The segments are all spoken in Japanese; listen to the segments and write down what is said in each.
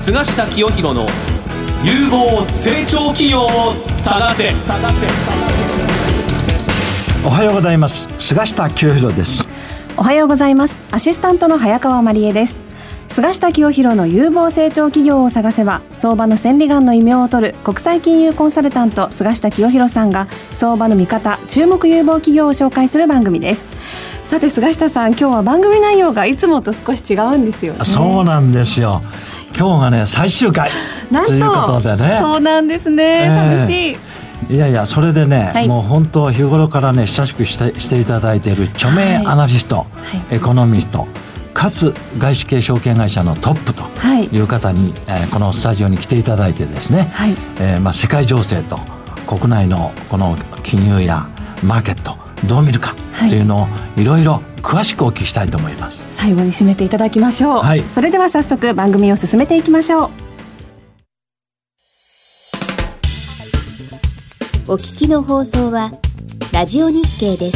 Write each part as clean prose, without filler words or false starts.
菅下清弘の有望成長企業を探せ。 おはようございます。菅下清弘です。 おはようございます。アシスタントの早川真理恵です。菅下清弘の有望成長企業を探せば、相場の千里眼の異名を取る国際金融コンサルタント菅下清弘さんが相場の見方、注目有望企業を紹介する番組です。さて菅下さん、今日は番組内容がいつもと少し違うんですよね。 そうなんですよ。今日がね最終回ということでね。 そうなんですね、寂しい。 いやいや、それでね、 はい、 もう本当日頃からね親しくしていただいている著名アナリスト、はい、エコノミストかつ外資系証券会社のトップという方に、このスタジオに来ていただいてですね、はい、世界情勢と国内のこの金融やマーケットどう見るかというのをいろいろ詳しくお聞きしたいと思います。 最後に締めていただきましょう、はい、それでは早速番組を進めていきましょう。 お聞きの放送はラジオ日経です。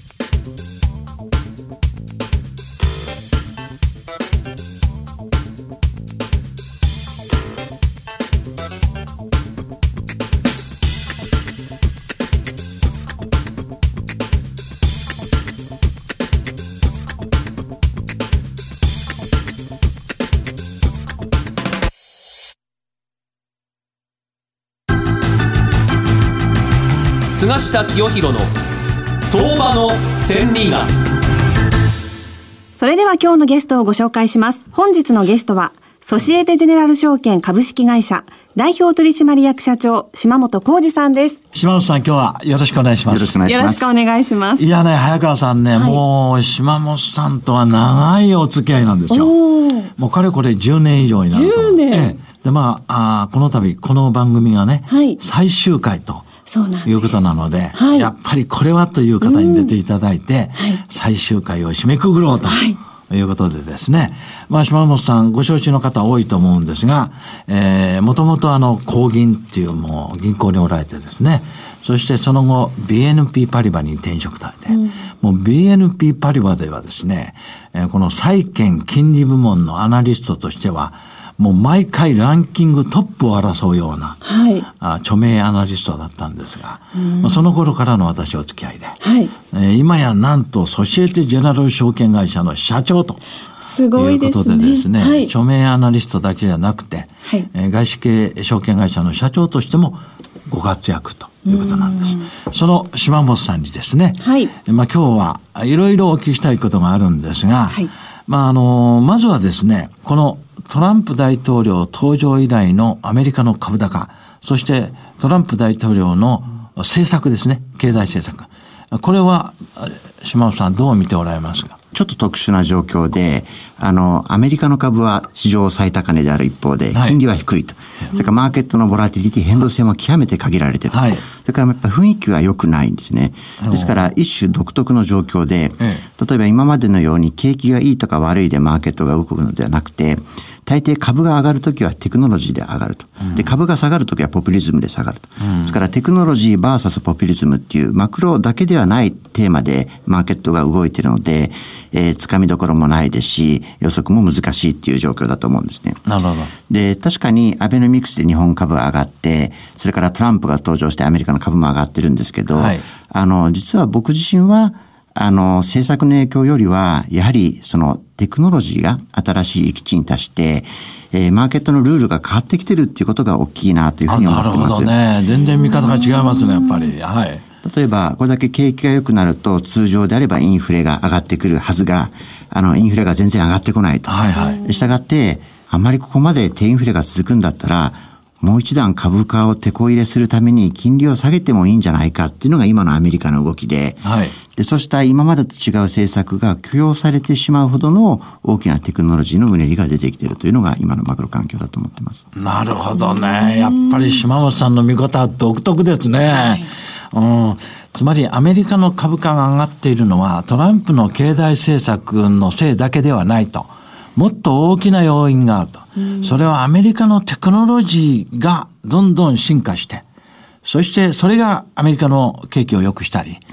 菅下清弘の相場の千里眼。 それでは今日のゲストをご紹介します。本日のゲストはソシエテジェネラル証券株式会社代表取締役社長島本浩二さんです。 島本さん、今日はよろしくお願いします。 よろしくお願いします。 いやね、早川さんね、はい、もう島本さんとは長いお付き合いなんですよ。もうかれこれ10年以上になると。 10年、 でこの度この番組がね、はい、最終回ということなので、はい、やっぱりこれはという方に出ていただいて、はい、最終回を締めくくろうということでですね、島本さんご承知の方多いと思うんですが、もともと工銀っていうもう銀行におられてですね、そしてその後 BNP パリバに転職されて、もう BNP パリバではですね、この債券金利部門のアナリストとしてはもう毎回ランキングトップを争うような、はい、著名アナリストだったんですが、その頃からの私お付き合いで、はい、今やなんとソシエテジェネラル証券会社の社長ということでですね、はい、著名アナリストだけじゃなくて、はい、外資系証券会社の社長としてもご活躍ということなんです。その島本さんにですね、はい、今日はいろいろお聞きしたいことがあるんですが、はい、まずはですね、このトランプ大統領登場以来のアメリカの株高、そしてトランプ大統領の政策ですね、経済政策、これは島本さんどう見ておられますか？ ちょっと特殊な状況で、アメリカの株は史上最高値である一方で、金利は低いと。それからマーケットのボラティリティ変動性も極めて限られている。はい、それからやっぱり雰囲気が良くないんですね。ですから一種独特の状況で、例えば今までのように景気がいいとか悪いでマーケットが動くのではなくて、大抵株が上がるときはテクノロジーで上がると。で、株が下がるときはポピュリズムで下がると。ですからテクノロジー vs ポピュリズムっていうマクロだけではないテーマでマーケットが動いているので、つかみどころもないですし、予測も難しいっていう状況だと思うんですね。 なるほど。で、 確かにアベノミクスで日本株が上がって、それからトランプが登場してアメリカの株も上がってるんですけど、はい、実は僕自身は政策の影響よりは、やはりそのテクノロジーが新しい域地に達して、マーケットのルールが変わってきてるっていうことが大きいなというふうに思ってます。 なるほどね。全然見方が違いますね、やっぱり。はい。 例えば、これだけ景気が良くなると、通常であればインフレが上がってくるはずが、インフレが全然上がってこないと。はいはい。したがって、あんまりここまで低インフレが続くんだったら、もう一段株価をテこ入れするために金利を下げてもいいんじゃないかっていうのが今のアメリカの動きで、はい、でそうした今までと違う政策が許容されてしまうほどの大きなテクノロジーのうねりが出てきているというのが今のマクロ環境だと思っています。 なるほどね。やっぱり島本さんの見方は独特ですね。はい、つまりアメリカの株価が上がっているのはトランプの経済政策のせいだけではないと。もっと大きな要因があると。それはアメリカのテクノロジーがどんどん進化して、そしてそれがアメリカの景気を良くしたり、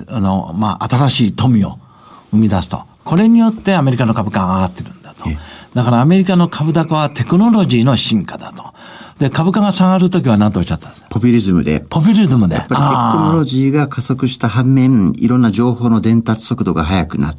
新しい富を生み出すと。これによってアメリカの株価が上がってるんだと。 だからアメリカの株高はテクノロジーの進化だと。で、株価が下がるときは何とおっしゃったんですか？ ポピュリズムで。 ポピュリズムで。 やっぱりテクノロジーが加速した反面、いろんな情報の伝達速度が速くなって、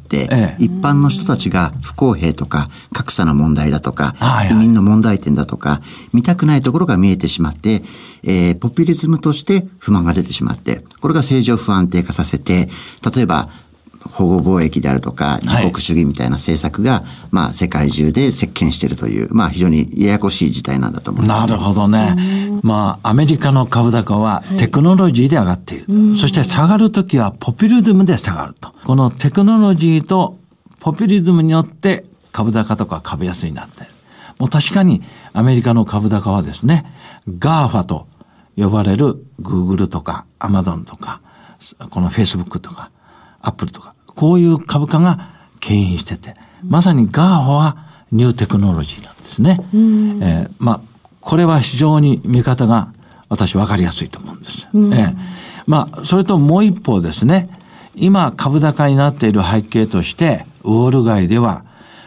一般の人たちが不公平とか、格差の問題だとか、移民の問題点だとか、見たくないところが見えてしまって、ポピュリズムとして不満が出てしまって、これが政治を不安定化させて、例えば、保護貿易であるとか自国主義みたいな政策が、世界中で席巻しているという、非常にややこしい事態なんだと思います。 なるほどね。アメリカの株高はテクノロジーで上がっている。そして下がるときはポピュリズムで下がると。このテクノロジーとポピュリズムによって株高とか株安になっている。もう確かにアメリカの株高はですね、GAFA と呼ばれる Google とか Amazon とか、この Facebook とかアップルとか、こういう株価が牽引してて、まさに GAFA はニューテクノロジーなんですね。これは非常に見方が私分かりやすいと思うんです。それともう一方ですね、今株高になっている背景として、ウォール街では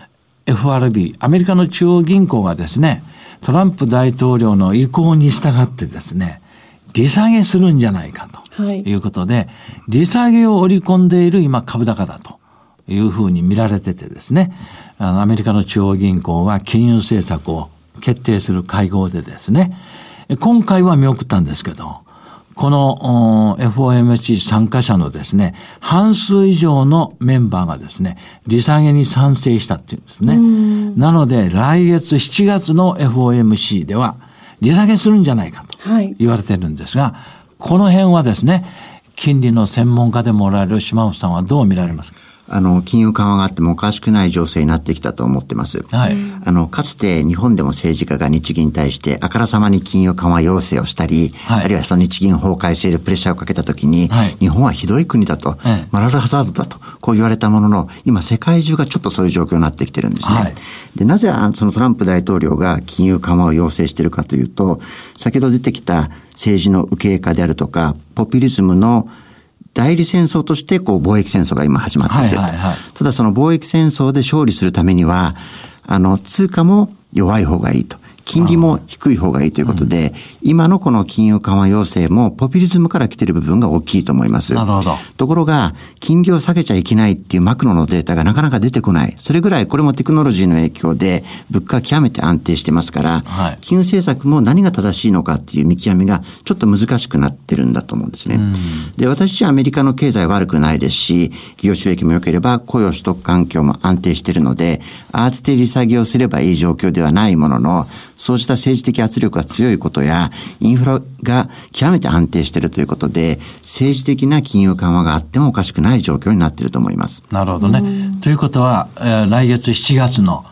FRB、アメリカの中央銀行がですね、トランプ大統領の意向に従ってですね、利下げするんじゃないかと。いうことで、利下げを織り込んでいる今株高だというふうに見られててですね、アメリカの中央銀行は金融政策を決定する会合でですね、今回は見送ったんですけど、この FOMC 参加者のですね、半数以上のメンバーがですね、利下げに賛成したっていうんですね。なので来月7月の FOMC では利下げするんじゃないかと言われてるんですが、この辺はですね、金利の専門家でもおられる島本さんはどう見られますか？ 金融緩和があってもおかしくない情勢になってきたと思ってます。かつて日本でも政治家が日銀に対してあからさまに金融緩和要請をしたり、あるいはその日銀崩壊しているプレッシャーをかけたときに、日本はひどい国だと、モラルハザードだと、こう言われたものの、今世界中がちょっとそういう状況になってきてるんですね。で、なぜそのトランプ大統領が金融緩和を要請しているかというと、先ほど出てきた政治の右傾化であるとか、ポピュリズムの代理戦争として貿易戦争が今始まっていて、ただその貿易戦争で勝利するためには通貨も弱い方がいいと、金利も低い方がいいということで、今のこの金融緩和要請もポピュリズムから来ている部分が大きいと思います。 なるほど。ところが、金利を下げちゃいけないっていうマクロのデータがなかなか出てこない。それぐらいこれもテクノロジーの影響で物価は極めて安定してますから、金融政策も何が正しいのかっていう見極めがちょっと難しくなってるんだと思うんですね。で、私自身アメリカの経済は悪くないですし、企業収益も良ければ雇用取得環境も安定しているので、慌てて利下げをすればいい状況ではないものの、そうした政治的圧力が強いことや、インフラが極めて安定しているということで、政治的な金融緩和があってもおかしくない状況になっていると思います。 なるほどね。ということは、来月7月の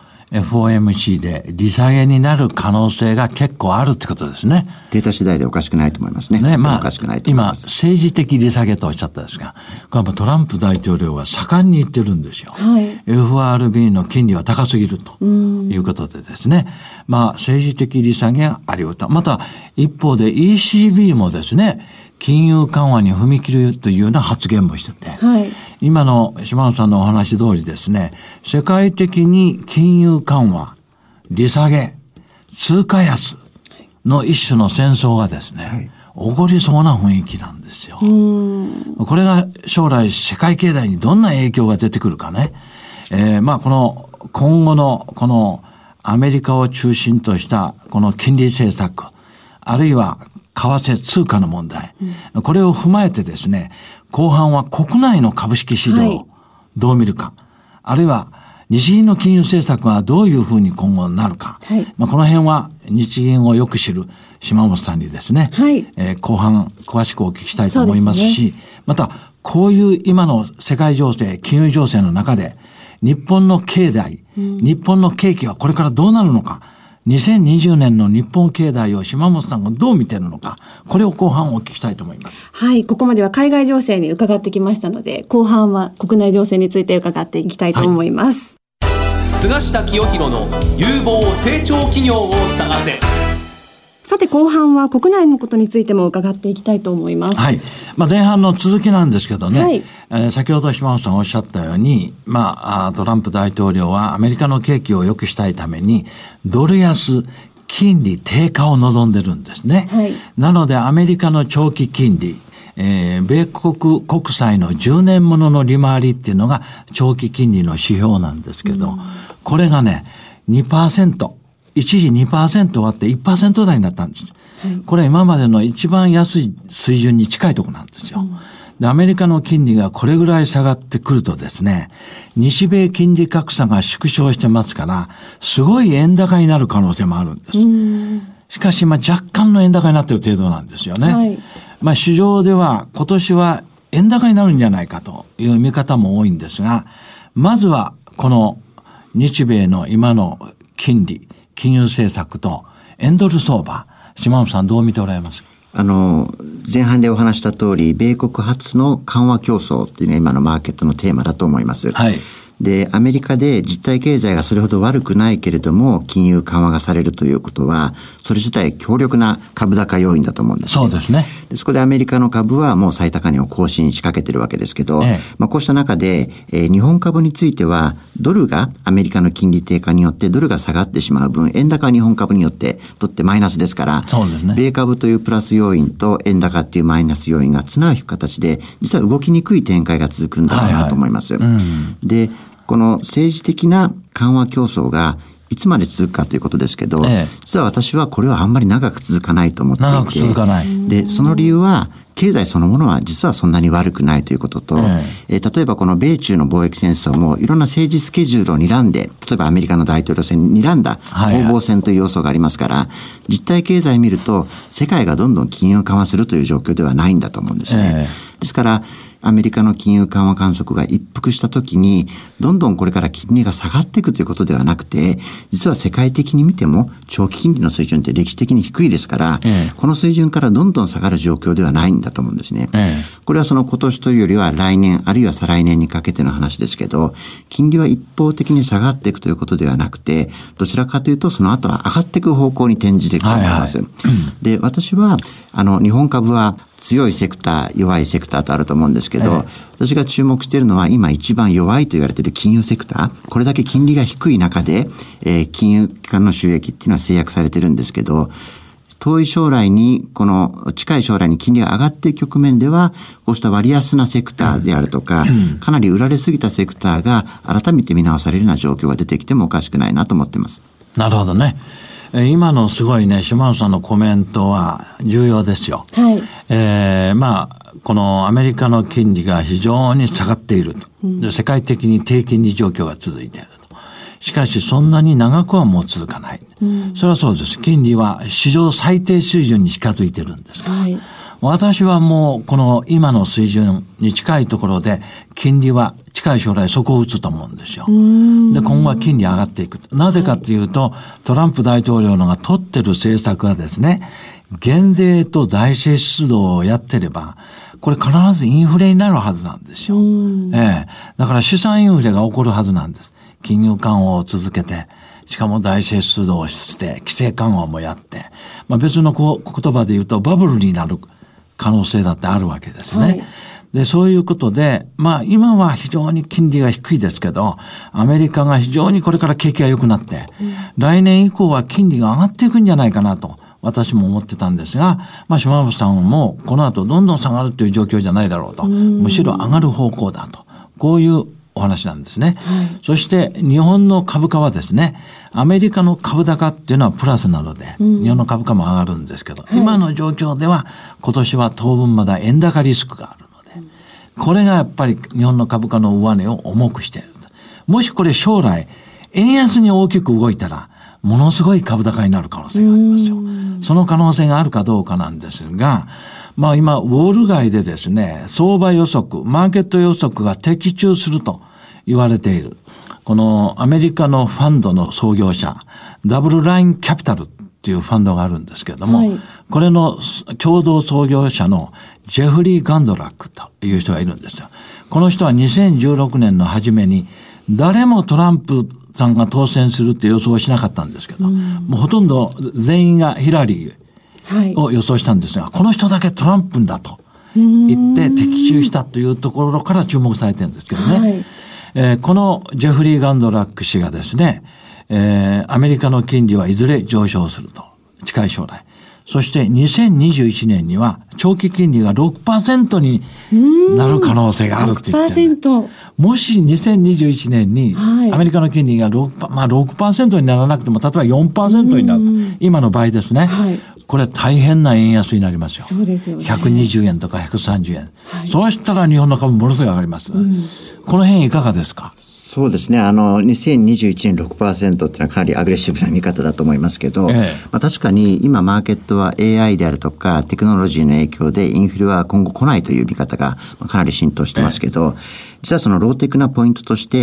FOMC で利下げになる可能性が結構あるってことですね。 データ次第でおかしくないと思いますね。おかしくないと思います。 今、政治的利下げとおっしゃったんですが、これはトランプ大統領は盛んに言ってるんですよ。FRB の金利は高すぎるということでですね。政治的利下げがあり得た。また、一方で ECB もですね、金融緩和に踏み切るというような発言もしてて、今の島野さんのお話通りですね、世界的に金融緩和、利下げ、通貨安の一種の戦争がですね、起こりそうな雰囲気なんですよ。これが将来世界経済にどんな影響が出てくるかね。この今後のこのアメリカを中心としたこの金利政策、あるいは為替通貨の問題、これを踏まえてですね、後半は国内の株式市場をどう見るか、あるいは日銀の金融政策がどういうふうに今後になるか、この辺は日銀をよく知る島本さんにですね、後半詳しくお聞きしたいと思いますし、またこういう今の世界情勢、金融情勢の中で日本の経済、日本の景気はこれからどうなるのか、2020年の日本経済を島本さんがどう見てるのか、これを後半お聞きしたいと思います。 ここまでは海外情勢に伺ってきましたので、後半は国内情勢について伺っていきたいと思います。 菅下清弘の有望成長企業を探せ。 さて後半は国内のことについても伺っていきたいと思います。 はい。前半の続きなんですけどね、はい、先ほど島本さんおっしゃったように、トランプ大統領はアメリカの景気を良くしたいためにドル安金利低下を望んでるんですね。はい、なのでアメリカの長期金利、米国国債の10年ものの利回りっていうのが長期金利の指標なんですけど、これがね 2%、一時 2% 割って 1% 台になったんです。はい、これは今までの一番安い水準に近いところなんですよ。で、アメリカの金利がこれぐらい下がってくるとですね、日米金利格差が縮小してますから、すごい円高になる可能性もあるんです。しかし、若干の円高になっている程度なんですよね。はい、市場では今年は円高になるんじゃないかという見方も多いんですが、まずはこの日米の今の金利、金融政策と円ドル相場、島本さんどう見ておられますか？ 前半でお話した通り、米国発の緩和競争っていうのは今のマーケットのテーマだと思います。はい。で、アメリカで実体経済がそれほど悪くないけれども、金融緩和がされるということは、それ自体強力な株高要因だと思うんですね。 そうですね。 で、そこでアメリカの株はもう最高値を更新しかけてるわけですけど、こうした中で、日本株については、ドルがアメリカの金利低下によってドルが下がってしまう分、円高は日本株によってとってマイナスですから、そうですね。米株というプラス要因と円高っていうマイナス要因が綱を引く形で、実は動きにくい展開が続くんだろうなと思います。で、この政治的な緩和競争がいつまで続くかということですけど、実は私はこれはあんまり長く続かないと思っていて、 長く続かない。 で、その理由は経済そのものは実はそんなに悪くないということと、例えばこの米中の貿易戦争もいろんな政治スケジュールを睨んで、例えばアメリカの大統領選に睨んだ攻防戦という要素がありますから、実体経済を見ると世界がどんどん金融緩和するという状況ではないんだと思うんですね。ですからアメリカの金融緩和観測が一服したときに、どんどんこれから金利が下がっていくということではなくて、実は世界的に見ても長期金利の水準って歴史的に低いですから、この水準からどんどん下がる状況ではないんだと思うんですね。これはその今年というよりは来年あるいは再来年にかけての話ですけど、金利は一方的に下がっていくということではなくて、どちらかというとその後は上がっていく方向に転じていくと思います。で、私は日本株は強いセクター、弱いセクターとあると思うんですけど、私が注目しているのは今一番弱いと言われている金融セクター。これだけ金利が低い中で、金融機関の収益っていうのは制約されてるんですけど、遠い将来に、この近い将来に金利が上がっていく局面では、こうした割安なセクターであるとか、かなり売られすぎたセクターが改めて見直されるような状況が出てきてもおかしくないなと思っています。 なるほどね。今のすごいね、島本さんのコメントは重要ですよ。はい。このアメリカの金利が非常に下がっていると。で、世界的に低金利状況が続いていると。しかしそんなに長くはもう続かない。それはそうです。金利は史上最低水準に近づいてるんですから。私はもうこの今の水準に近いところで金利は近い将来底を打つと思うんですよ。で、今後は金利上がっていく。なぜかというと、トランプ大統領のが取ってる政策はですね、減税と財政出動をやってれば、これ必ずインフレになるはずなんですよ。だから資産インフレが起こるはずなんです。金融緩和を続けて、しかも財政出動をして、規制緩和もやって、別の言葉で言うとバブルになる可能性だってあるわけですね。で、そういうことで、今は非常に金利が低いですけど、アメリカが非常にこれから景気が良くなって、来年以降は金利が上がっていくんじゃないかなと、私も思ってたんですが、島本さんもこの後どんどん下がるという状況じゃないだろうと、むしろ上がる方向だと、こういうお話なんですね。そして日本の株価はですね、アメリカの株高っていうのはプラスなので、日本の株価も上がるんですけど、今の状況では今年は当分まだ円高リスクがあるので、これがやっぱり日本の株価の上値を重くしている。もしこれ将来円安に大きく動いたらものすごい株高になる可能性がありますよ。その可能性があるかどうかなんですが、今ウォール街でですね、相場予測、マーケット予測が的中すると言われている。このアメリカのファンドの創業者、ダブルラインキャピタルっていうファンドがあるんですけれども、これの共同創業者のジェフリー・ガンドラックという人がいるんですよ。この人は2016年の初めに誰もトランプさんが当選するって予想をしなかったんですけど、もうほとんど全員がヒラリーを予想したんですが、この人だけトランプだと言って的中したというところから注目されてるんですけどね。このジェフリー・ガンドラック氏がですね、アメリカの金利はいずれ上昇すると。近い将来。そして2021年には長期金利が 6% になる可能性があるって言ってる。もし2021年にアメリカの金利が 6% にならなくても例えば 4% になると。今の倍ですね。これ大変な円安になりますよ。 そうですよね。 120円とか130円。そうしたら日本の株ものすごい上がります。この辺いかがですか？ そうですね。2021年 6% っていうのはかなりアグレッシブな見方だと思いますけど、確かに今マーケットは AI であるとかテクノロジーの影響でインフレは今後来ないという見方がかなり浸透してますけど、実はそのローテクなポイントとして、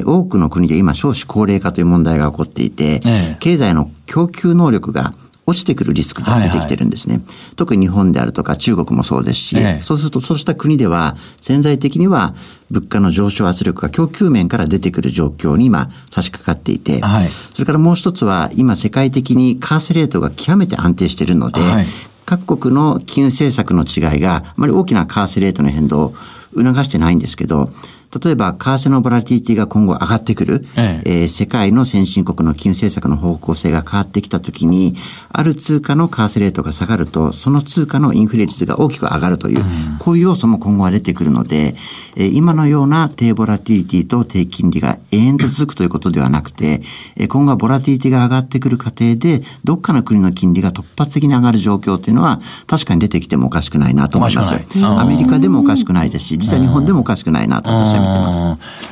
多くの国で今少子高齢化という問題が起こっていて、経済の供給能力が落ちてくるリスクが出てきてるんですね。特に日本であるとか中国もそうですし、そうするとそうした国では潜在的には物価の上昇圧力が供給面から出てくる状況に今差し掛かっていて、それからもう一つは今世界的に為替レートが極めて安定しているので、各国の金融政策の違いがあまり大きな為替レートの変動を促してないんですけど、例えば為替のボラティリティが今後上がってくる、世界の先進国の金融政策の方向性が変わってきたときに、ある通貨の為替レートが下がるとその通貨のインフレ率が大きく上がるという、こういう要素も今後は出てくるので、今のような低ボラティリティと低金利が永遠と続くということではなくて、今後はボラティリティが上がってくる過程でどっかの国の金利が突発的に上がる状況というのは確かに出てきてもおかしくないなと思います。アメリカでもおかしくないですし、実は日本でもおかしくないなと私は見てます。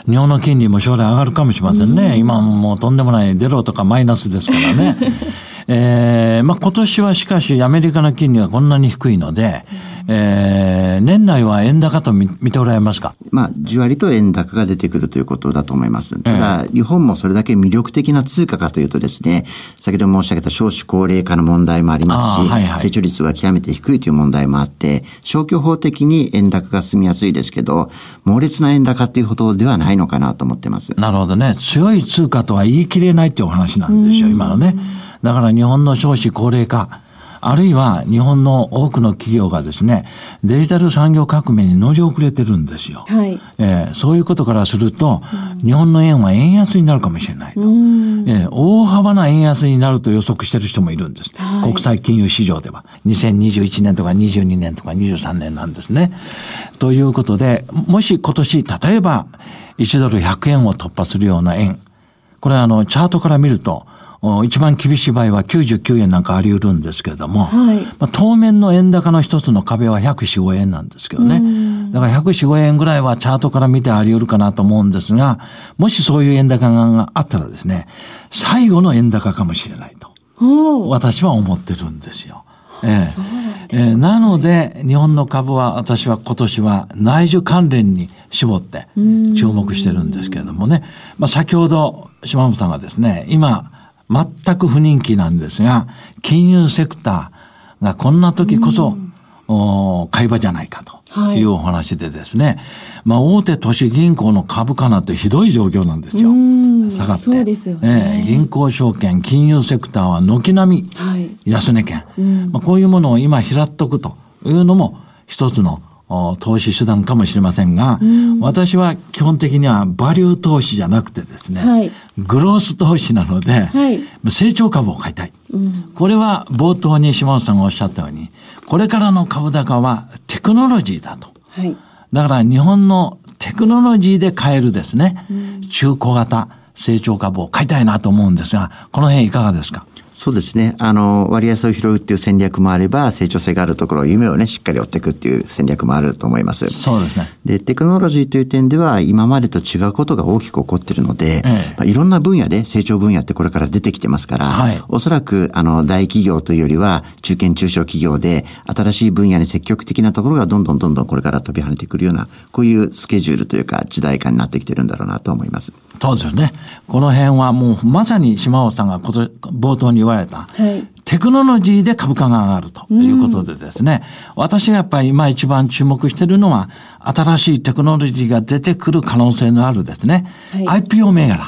日本の金利も将来上がるかもしれませんね。今もうとんでもないゼロとかマイナスですからね。今年はしかしアメリカの金利がこんなに低いので、年内は円高と見ておられますか？ じわりと円高が出てくるということだと思います。ただ、日本もそれだけ魅力的な通貨かというとですね、先ほど申し上げた少子高齢化の問題もありますし、成長率が極めて低いという問題もあって、消去法的に円高が進みやすいですけど、猛烈な円高っていうほどではないのかなと思ってます。 なるほどね。強い通貨とは言い切れないっていうお話なんですよ、今のね。だから日本の少子高齢化、あるいは日本の多くの企業がですね、デジタル産業革命に乗り遅れてるんですよ。そういうことからすると、日本の円は円安になるかもしれないと。大幅な円安になると予測している人もいるんです。国際金融市場では。2021年とか22年とか23年なんですね。ということで、もし今年、例えば1ドル100円を突破するような円。これはチャートから見ると、一番厳しい場合は99円なんかあり得るんですけれども、当面の円高の一つの壁は104、5円なんですけどね。だから104、5円ぐらいはチャートから見てあり得るかなと思うんですが、もしそういう円高があったらですね、最後の円高かもしれないと、私は思ってるんですよ。なので日本の株は私は今年は内需関連に絞って注目してるんですけれどもね。先ほど島本さんがですね、今全く不人気なんですが、金融セクターがこんな時こそ、買い場じゃないかというお話でですね、大手都市銀行の株価なんてひどい状況なんですよ。下がって。 そうですよね。 銀行証券、金融セクターは軒並み安値圏。こういうものを今拾っとくというのも一つの投資手段かもしれませんが、私は基本的にはバリュー投資じゃなくてですね、グロース投資なので、成長株を買いたい。これは冒頭に島本さんがおっしゃったように、これからの株高はテクノロジーだと。だから日本のテクノロジーで買えるですね、中小型成長株を買いたいなと思うんですが、この辺いかがですか？ そうですね。割安を拾うっていう戦略もあれば、成長性があるところ、夢をね、しっかり追っていくっていう戦略もあると思います。 そうですね。 で、テクノロジーという点では、今までと違うことが大きく起こっているので、いろんな分野で成長分野ってこれから出てきてますから、おそらく、大企業というよりは、中堅中小企業で、新しい分野に積極的なところがどんどんこれから飛び跳ねてくるような、こういうスケジュールというか、時代感になってきてるんだろうなと思います。 そうですね。この辺はもう、まさに島尾さんが冒頭に言われた、テクノロジーで株価が上がるということでですね、私がやっぱり今一番注目しているのは、新しいテクノロジーが出てくる可能性のあるですね、IPO 銘柄。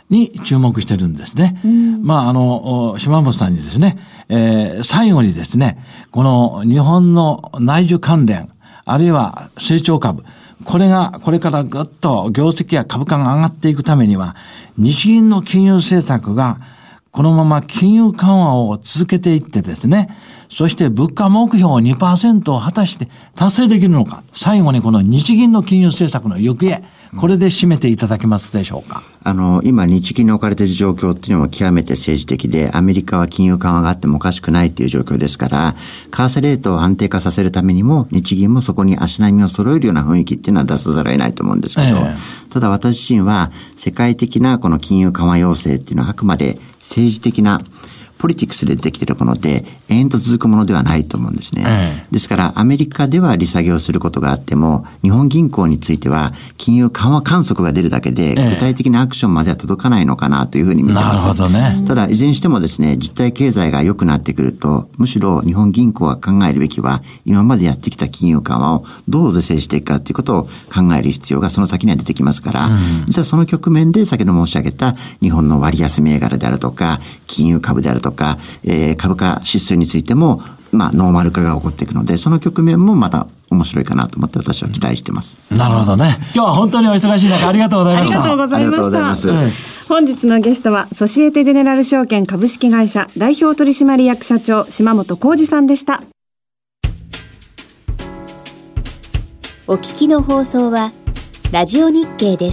に注目してるんですね。島本さんにですね、最後にですね、この日本の内需関連、あるいは成長株、これがこれからぐっと業績や株価が上がっていくためには、日銀の金融政策がこのまま金融緩和を続けていってですね、そして物価目標 2% を果たして達成できるのか。最後にこの日銀の金融政策の行方、これで締めていただけますでしょうか。 今日銀に置かれている状況っていうのは極めて政治的で、アメリカは金融緩和があってもおかしくないっていう状況ですから、為替レートを安定化させるためにも日銀もそこに足並みを揃えるような雰囲気っていうのは出さざるを得ないと思うんですけど、ただ私自身は世界的なこの金融緩和要請っていうのはあくまで政治的なポリティクスで出てきているもので、延々と続くものではないと思うんですね。ですからアメリカでは利下げをすることがあっても、日本銀行については金融緩和観測が出るだけで具体的なアクションまでは届かないのかなというふうに見てます。 なるほどね。 ただいずれにしてもですね、実体経済が良くなってくると、むしろ日本銀行が考えるべきは、今までやってきた金融緩和をどう是正していくかということを考える必要がその先には出てきますから、実はその局面で先ほど申し上げた日本の割安銘柄であるとか、金融株であるとか、株価指数についてもノーマル化が起こっていくので、その局面もまた面白いかなと思って私は期待してます。 なるほどね。今日は本当にお忙しい中ありがとうございました。 ありがとうございました。ありがとうございます。本日のゲストはソシエテジェネラル証券株式会社代表取締役社長島本浩二さんでした。 お聞きの放送はラジオ日経です。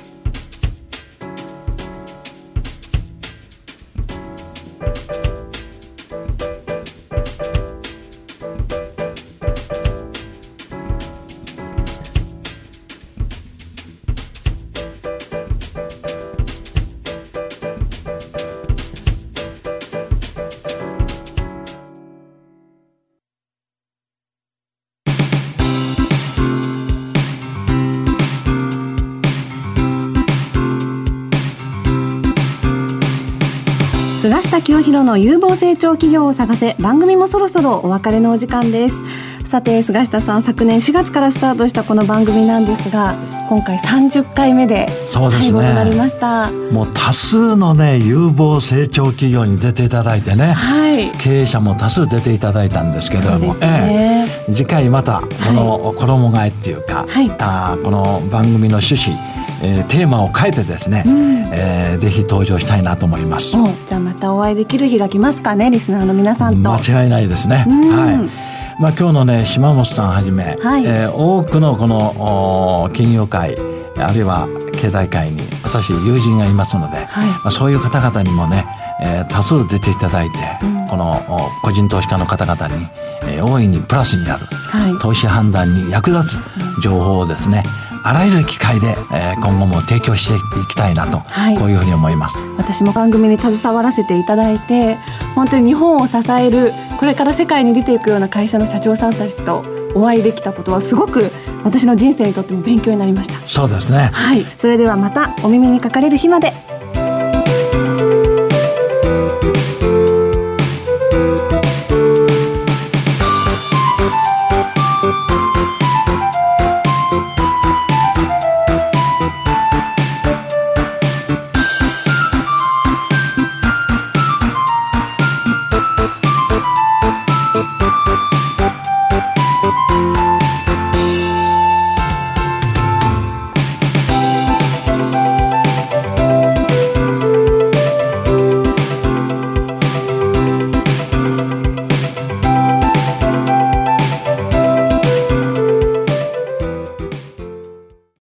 菅下清弘の有望成長企業を探せ、番組もそろそろお別れのお時間です。さて菅下さん、昨年4月からスタートしたこの番組なんですが、今回30回目で最後となりました。 もう多数のね有望成長企業に出ていただいてね、経営者も多数出ていただいたんですけれども、次回またこの衣替えっていうか、この番組の趣旨、テーマを変えてですね、ぜひ登場したいなと思います。 じゃあまたお会いできる日が来ますかね、リスナーの皆さんと。 間違いないですね。今日のね島本さんはじめ、多くのこの金融界あるいは経済界に私友人がいますので、そういう方々にもね、多数出ていただいて、この個人投資家の方々に、大いにプラスになる、投資判断に役立つ情報をですね、あらゆる機会で、今後も提供していきたいなと、こういうふうに思います。 私も番組に携わらせていただいて、本当に日本を支えるこれから世界に出ていくような会社の社長さんたちとお会いできたことはすごく私の人生にとっても勉強になりました。 そうですね。 それではまたお耳にかかれる日まで。